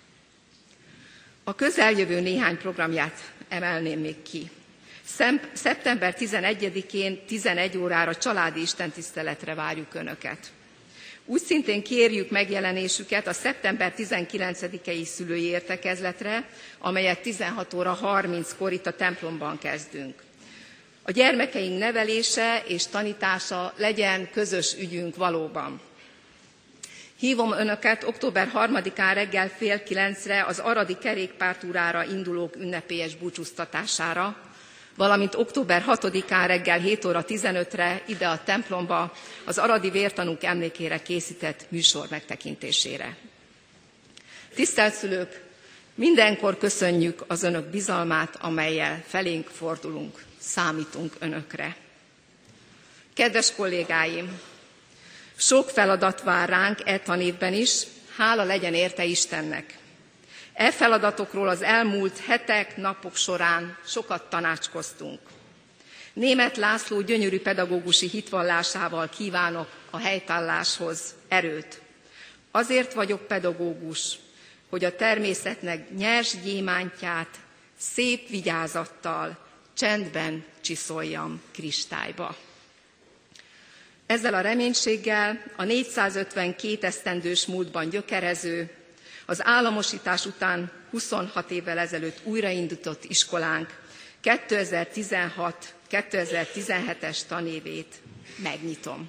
A közeljövő néhány programját emelném még ki. Szeptember tizenegyedikén tizenegy órára családi istentiszteletre várjuk Önöket. Úgy szintén kérjük megjelenésüket a szeptember tizenkilencedikei szülői értekezletre, amelyet tizenhat óra harminckor itt a templomban kezdünk. A gyermekeink nevelése és tanítása legyen közös ügyünk valóban. Hívom Önöket október harmadikán reggel fél kilencre az aradi kerékpártúrára indulók ünnepélyes búcsúztatására, valamint október hatodikán reggel hét óra tizenötre ide a templomba az aradi vértanúk emlékére készített műsor megtekintésére. Tisztelt szülők, mindenkor köszönjük az Önök bizalmát, amellyel felénk fordulunk, számítunk Önökre. Kedves kollégáim, sok feladat vár ránk e tanévben is, hála legyen érte Istennek. E feladatokról az elmúlt hetek, napok során sokat tanácskoztunk. Németh László gyönyörű pedagógusi hitvallásával kívánok a helytálláshoz erőt. Azért vagyok pedagógus, hogy a természetnek nyers gyémántját szép vigyázattal, csendben csiszoljam kristályba. Ezzel a reménységgel a négyszázötvenkét esztendős múltban gyökerező, az államosítás után huszonhat évvel ezelőtt újraindított iskolánk kétezer-tizenhat kétezer-tizenhetes tanévét megnyitom.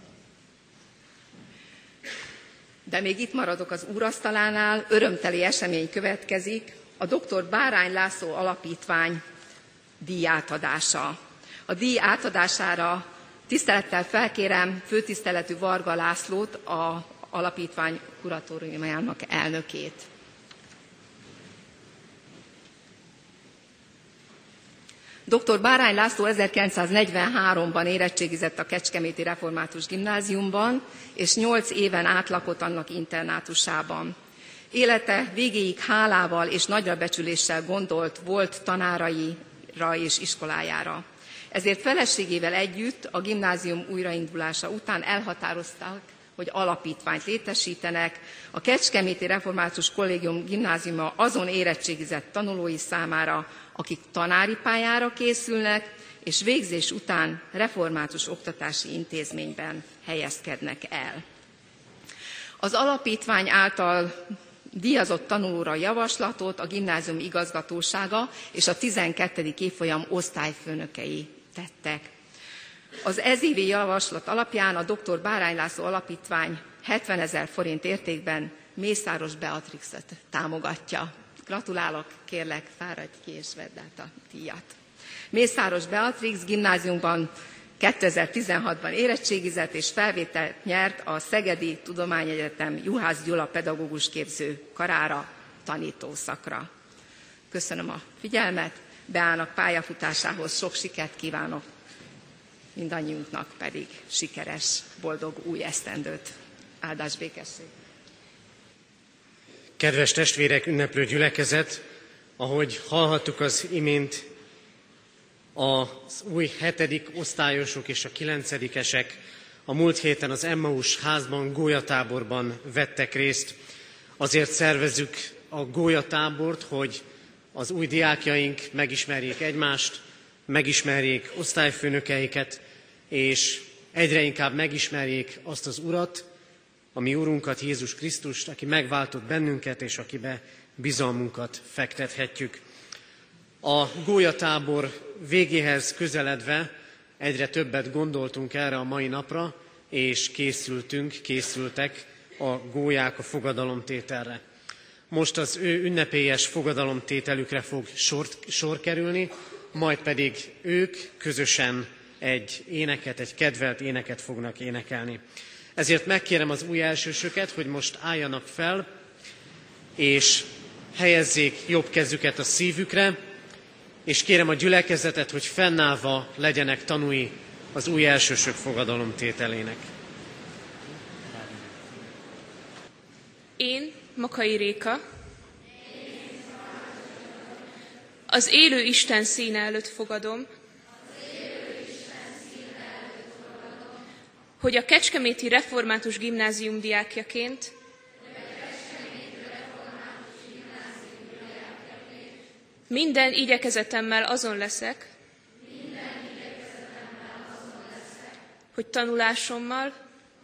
De még itt maradok az úrasztalánál, örömteli esemény következik, a doktor Bárány László Alapítvány díjátadása. A díj átadására tisztelettel felkérem főtiszteletű Varga Lászlót, az alapítvány kuratóriumának elnökét. doktor Bárány László ezerkilencszáznegyvenháromban érettségizett a Kecskeméti Református Gimnáziumban, és nyolc éven át lakott annak internátusában. Élete végéig hálával és nagyrabecsüléssel gondolt volt tanáraira és iskolájára. Ezért feleségével együtt a gimnázium újraindulása után elhatározták, hogy alapítványt létesítenek a Kecskeméti Református Kollégium Gimnáziuma azon érettségizett tanulói számára, akik tanári pályára készülnek, és végzés után református oktatási intézményben helyezkednek el. Az alapítvány által díjazott tanulóra javaslatot a gimnázium igazgatósága és a tizenkettedik évfolyam osztályfőnökei tettek. Az ezévi javaslat alapján a doktor Bárány László Alapítvány hetvenezer forint értékben Mészáros Beatrixet támogatja. Gratulálok, kérlek, fáradj ki és vedd át a díjat. Mészáros Beatrix gimnáziumban kétezer-tizenhatban érettségizett és felvételt nyert a Szegedi Tudományegyetem Juhász Gyula pedagógus képző karára, tanítószakra. Köszönöm a figyelmet, Beának pályafutásához sok sikert kívánok, mindannyiunknak pedig sikeres, boldog új esztendőt. Áldás békesség! Kedves testvérek, ünneplő gyülekezet, ahogy hallhattuk az imént, az új hetedik osztályosok és a kilencedikesek a múlt héten az Emmaus házban, gólyatáborban vettek részt. Azért szervezzük a gólyatábort, hogy az új diákjaink megismerjék egymást, megismerjék osztályfőnökeiket, és egyre inkább megismerjék azt az Urat, a mi Urunkat, Jézus Krisztust, aki megváltott bennünket, és akibe bizalmunkat fektethetjük. A gólyatábor végéhez közeledve egyre többet gondoltunk erre a mai napra, és készültünk, készültek a gólyák a fogadalomtételre. Most az ő ünnepélyes fogadalomtételükre fog sor, sor kerülni, majd pedig ők közösen egy éneket, egy kedvelt éneket fognak énekelni. Ezért megkérem az új elsősöket, hogy most álljanak fel, és helyezzék jobb kezüket a szívükre, és kérem a gyülekezetet, hogy fennállva legyenek tanúi az új elsősök fogadalomtételének. Én, Makai Réka, az élő Isten színe előtt fogadom, hogy a Kecskeméti Református Gimnázium diákjaként minden igyekezetemmel azon leszek, hogy tanulásommal,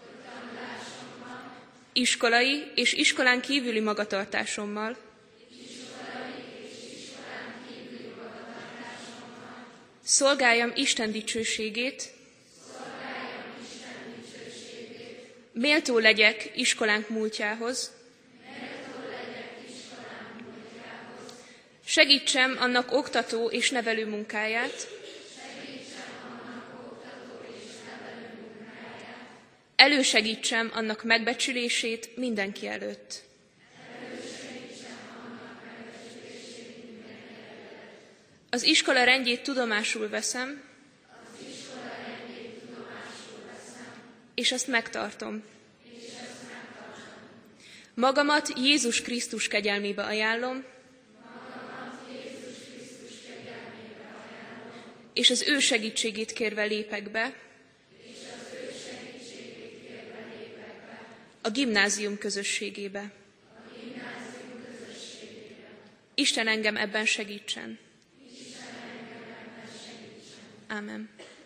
iskolai és iskolán kívüli magatartásommal szolgáljam Isten dicsőségét, Méltó legyek iskolánk múltjához, segítsem annak oktató és nevelő munkáját, elősegítsem annak megbecsülését mindenki előtt. Az iskola rendjét tudomásul veszem, és azt megtartom. Magamat Jézus Krisztus kegyelmébe ajánlom, és az ő segítségét kérve lépek be a gimnázium közösségébe. Isten engem ebben segítsen. Ámen.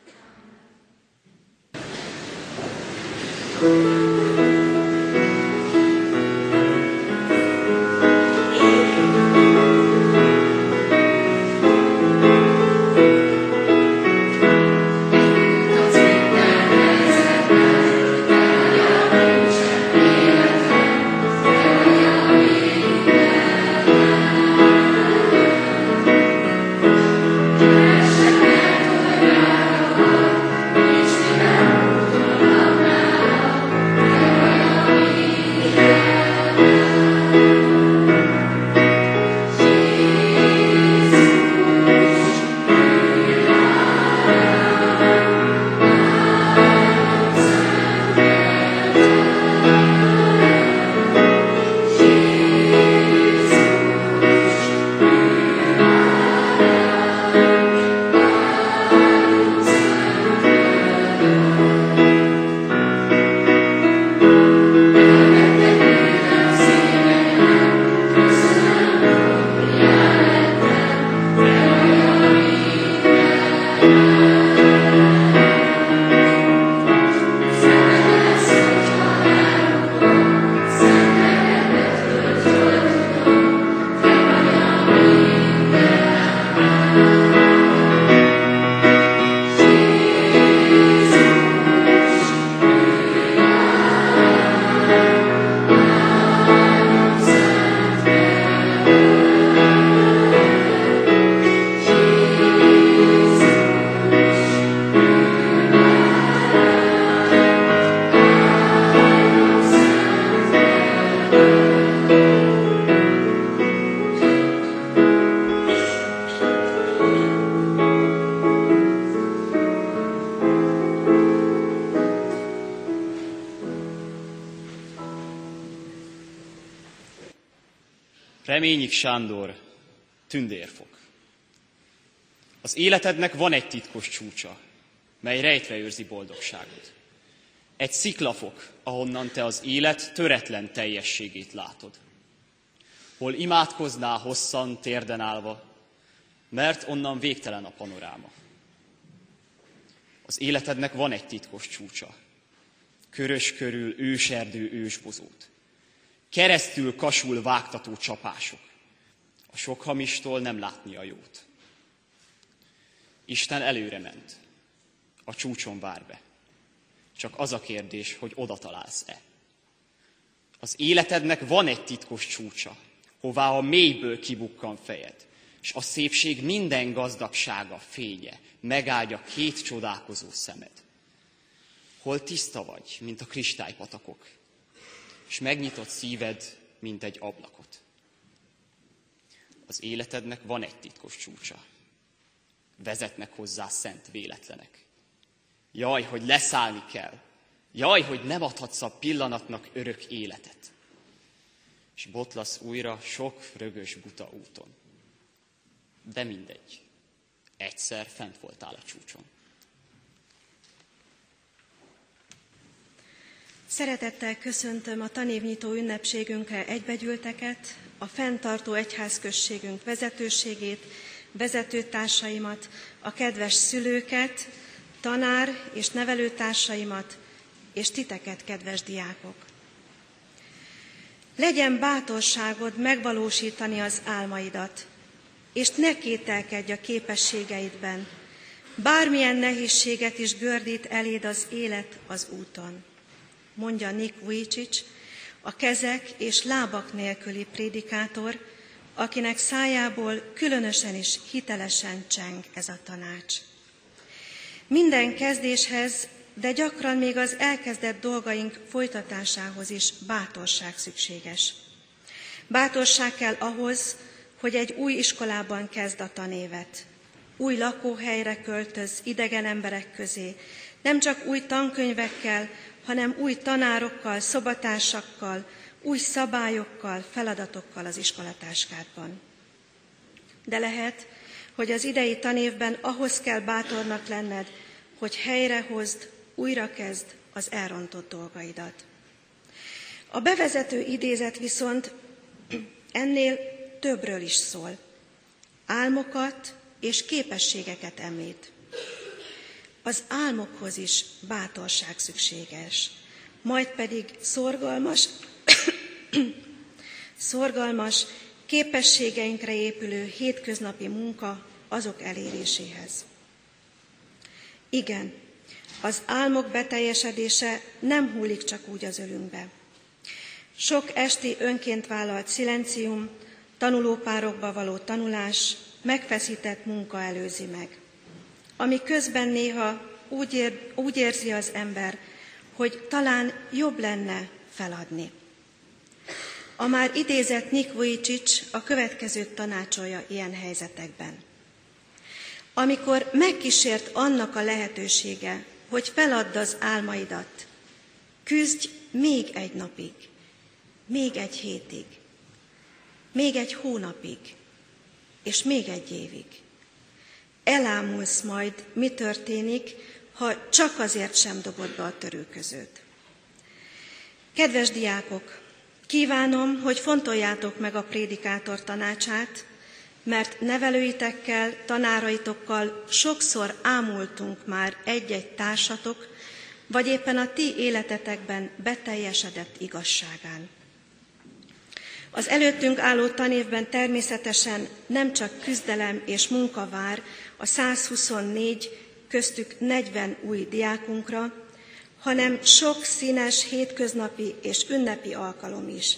Reményik Sándor, tündérfok. Az életednek van egy titkos csúcsa, mely rejtve őrzi boldogságod. Egy sziklafok, ahonnan te az élet töretlen teljességét látod. Hol imádkoznál hosszan térden állva, mert onnan végtelen a panoráma. Az életednek van egy titkos csúcsa, körös körül őserdő ősbozót. Keresztül kasul vágtató csapások. A sok hamistól nem látni a jót. Isten előre ment. A csúcson vár be. Csak az a kérdés, hogy oda találsz-e. Az életednek van egy titkos csúcsa, hová a mélyből kibukkan fejed, és a szépség minden gazdagsága, fénye megáldja két csodálkozó szemed. Hol tiszta vagy, mint a kristálypatakok, és megnyitott szíved, mint egy ablakot. Az életednek van egy titkos csúcsa. Vezetnek hozzá szent véletlenek. Jaj, hogy leszállni kell. Jaj, hogy nem adhatsz a pillanatnak örök életet. És botlasz újra sok rögös buta úton. De mindegy. Egyszer fent voltál a csúcson. Szeretettel köszöntöm a tanévnyitó ünnepségünkre egybegyűlteket, a fenntartó egyházközségünk vezetőségét, vezetőtársaimat, a kedves szülőket, tanár és nevelőtársaimat, és titeket, kedves diákok. Legyen bátorságod megvalósítani az álmaidat, és ne kételkedj a képességeidben, bármilyen nehézséget is gördít eléd az élet az úton. mondja Nick Vujicic, a kezek és lábak nélküli prédikátor, akinek szájából különösen és hitelesen cseng ez a tanács. Minden kezdéshez, de gyakran még az elkezdett dolgaink folytatásához is bátorság szükséges. Bátorság kell ahhoz, hogy egy új iskolában kezd a tanévet. Új lakóhelyre költöz idegen emberek közé, nem csak új tankönyvekkel, hanem új tanárokkal, szobatársakkal, új szabályokkal, feladatokkal az iskolatáskádban. De lehet, hogy az idei tanévben ahhoz kell bátornak lenned, hogy helyrehozd, újrakezd az elrontott dolgaidat. A bevezető idézet viszont ennél többről is szól. Álmokat és képességeket említ. Az álmokhoz is bátorság szükséges, majd pedig szorgalmas, szorgalmas, képességeinkre épülő hétköznapi munka azok eléréséhez. Igen, az álmok beteljesedése nem hullik csak úgy az ölünkbe. Sok esti önként vállalt szilencium, tanulópárokba való tanulás, megfeszített munka előzi meg, ami közben néha úgy, ér, úgy érzi az ember, hogy talán jobb lenne feladni. A már idézett Nick Vujicic a következőt tanácsolja ilyen helyzetekben. Amikor megkísért annak a lehetősége, hogy feladd az álmaidat, küzdj még egy napig, még egy hétig, még egy hónapig, és még egy évig. Elámulsz majd, mi történik, ha csak azért sem dobod be a törőközőt. Kedves diákok, kívánom, hogy fontoljátok meg a prédikátor tanácsát, mert nevelőitekkel, tanáraitokkal sokszor ámultunk már egy-egy társatok, vagy éppen a ti életetekben beteljesedett igazságán. Az előttünk álló tanévben természetesen nem csak küzdelem és munka vár a száz huszonnégy, köztük negyven új diákunkra, hanem sok színes, hétköznapi és ünnepi alkalom is.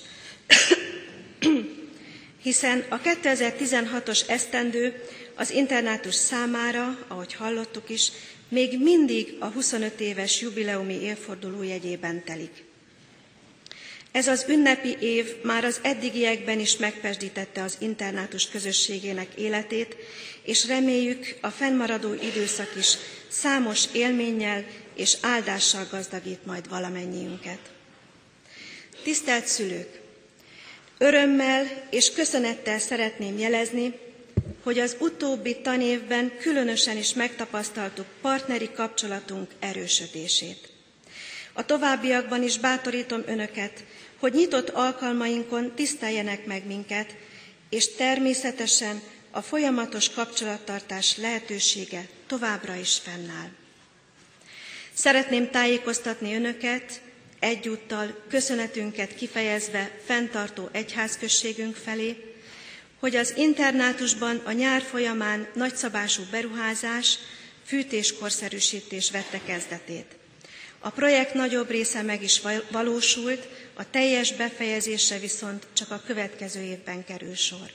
Hiszen a kétezer-tizenhatos esztendő az internátus számára, ahogy hallottuk is, még mindig a huszonöt éves jubileumi évforduló jegyében telik. Ez az ünnepi év már az eddigiekben is megpezsdítette az internátus közösségének életét, és reméljük, a fennmaradó időszak is számos élménnyel és áldással gazdagít majd valamennyiünket. Tisztelt szülők! Örömmel és köszönettel szeretném jelezni, hogy az utóbbi tanévben különösen is megtapasztaltuk partneri kapcsolatunk erősödését. A továbbiakban is bátorítom önöket, hogy nyitott alkalmainkon tiszteljenek meg minket, és természetesen a folyamatos kapcsolattartás lehetősége továbbra is fennáll. Szeretném tájékoztatni önöket, egyúttal köszönetünket kifejezve fenntartó egyházközségünk felé, hogy az internátusban a nyár folyamán nagyszabású beruházás, fűtéskorszerűsítés vette kezdetét. A projekt nagyobb része meg is valósult, a teljes befejezésre viszont csak a következő évben kerül sor.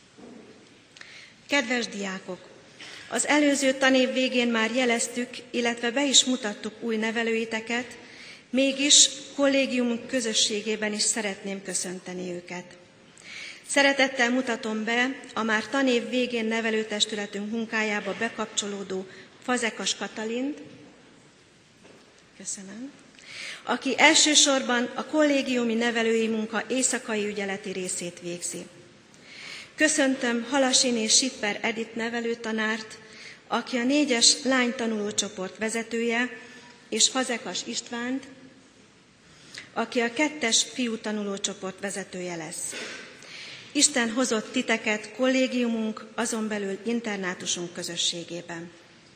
Kedves diákok! Az előző tanév végén már jeleztük, illetve be is mutattuk új nevelőiteket, mégis kollégiumunk közösségében is szeretném köszönteni őket. Szeretettel mutatom be a már tanév végén nevelőtestületünk munkájába bekapcsolódó Fazekas Katalint, köszönöm, aki elsősorban a kollégiumi nevelői munka éjszakai ügyeleti részét végzi. Köszöntöm Halasiné Sipper Edith nevelőtanárt, aki a négyes lánytanulócsoport vezetője, és Fazekas Istvánt, aki a kettes fiú tanulócsoport vezetője lesz. Isten hozott titeket kollégiumunk, azon belül internátusunk közösségében.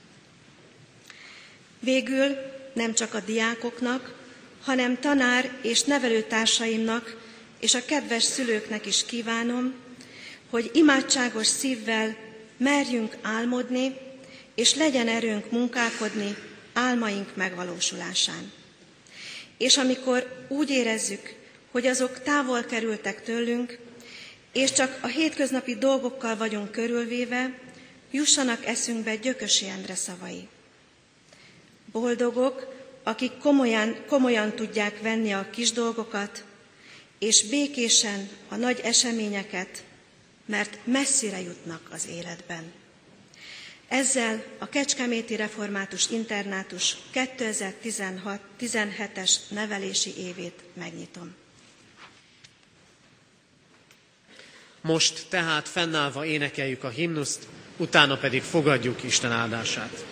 Végül nem csak a diákoknak, hanem tanár és nevelőtársaimnak és a kedves szülőknek is kívánom, hogy imádságos szívvel merjünk álmodni, és legyen erőnk munkálkodni álmaink megvalósulásán. és amikor úgy érezzük, hogy azok távol kerültek tőlünk, és csak a hétköznapi dolgokkal vagyunk körülvéve, jussanak eszünkbe Gyökösi Endre szavai. Boldogok, akik komolyan, komolyan tudják venni a kis dolgokat, és békésen a nagy eseményeket, mert messzire jutnak az életben. Ezzel a Kecskeméti Református Internátus kétezer-tizenhetes nevelési évét megnyitom. Most tehát fennállva énekeljük a himnuszt, utána pedig fogadjuk Isten áldását.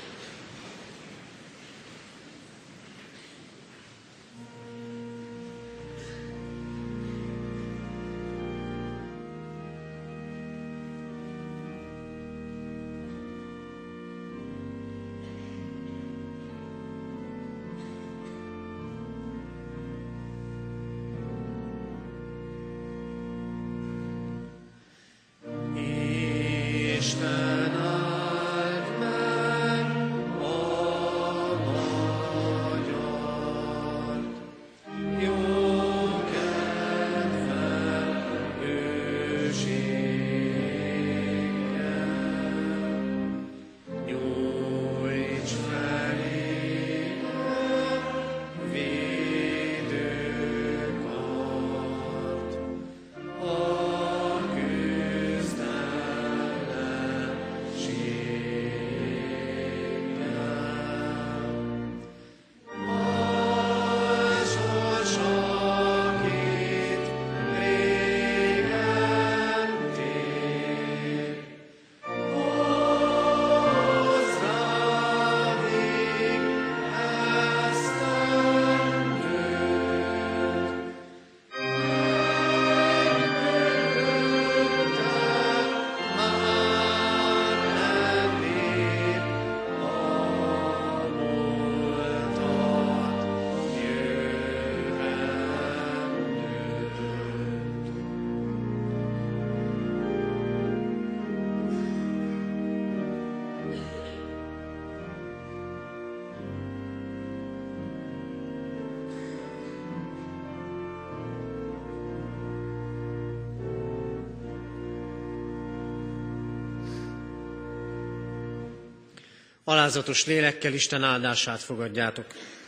Alázatos lélekkel Isten áldását fogadjátok.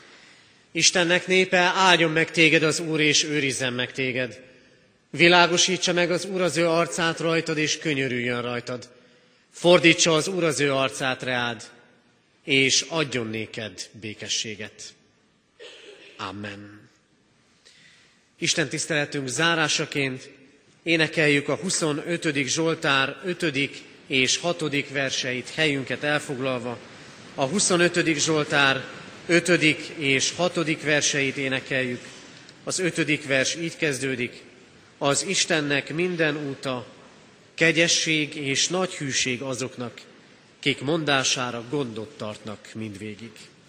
Istennek népe, áldjon meg téged az Úr, és őrizzen meg téged. Világosítsa meg az Úr az ő arcát rajtad, és könyörüljön rajtad. Fordítsa az Úr az ő arcát reád, és adjon néked békességet. Amen. Isten tiszteletünk zárásaként énekeljük a huszonötödik Zsoltár ötödik és hatodik verseit helyünket elfoglalva. A huszonötödik Zsoltár ötödik és hatodik verseit énekeljük. Az ötödik vers így kezdődik. Az Istennek minden úta, kegyesség és nagy hűség azoknak, kik mondására gondot tartnak mindvégig.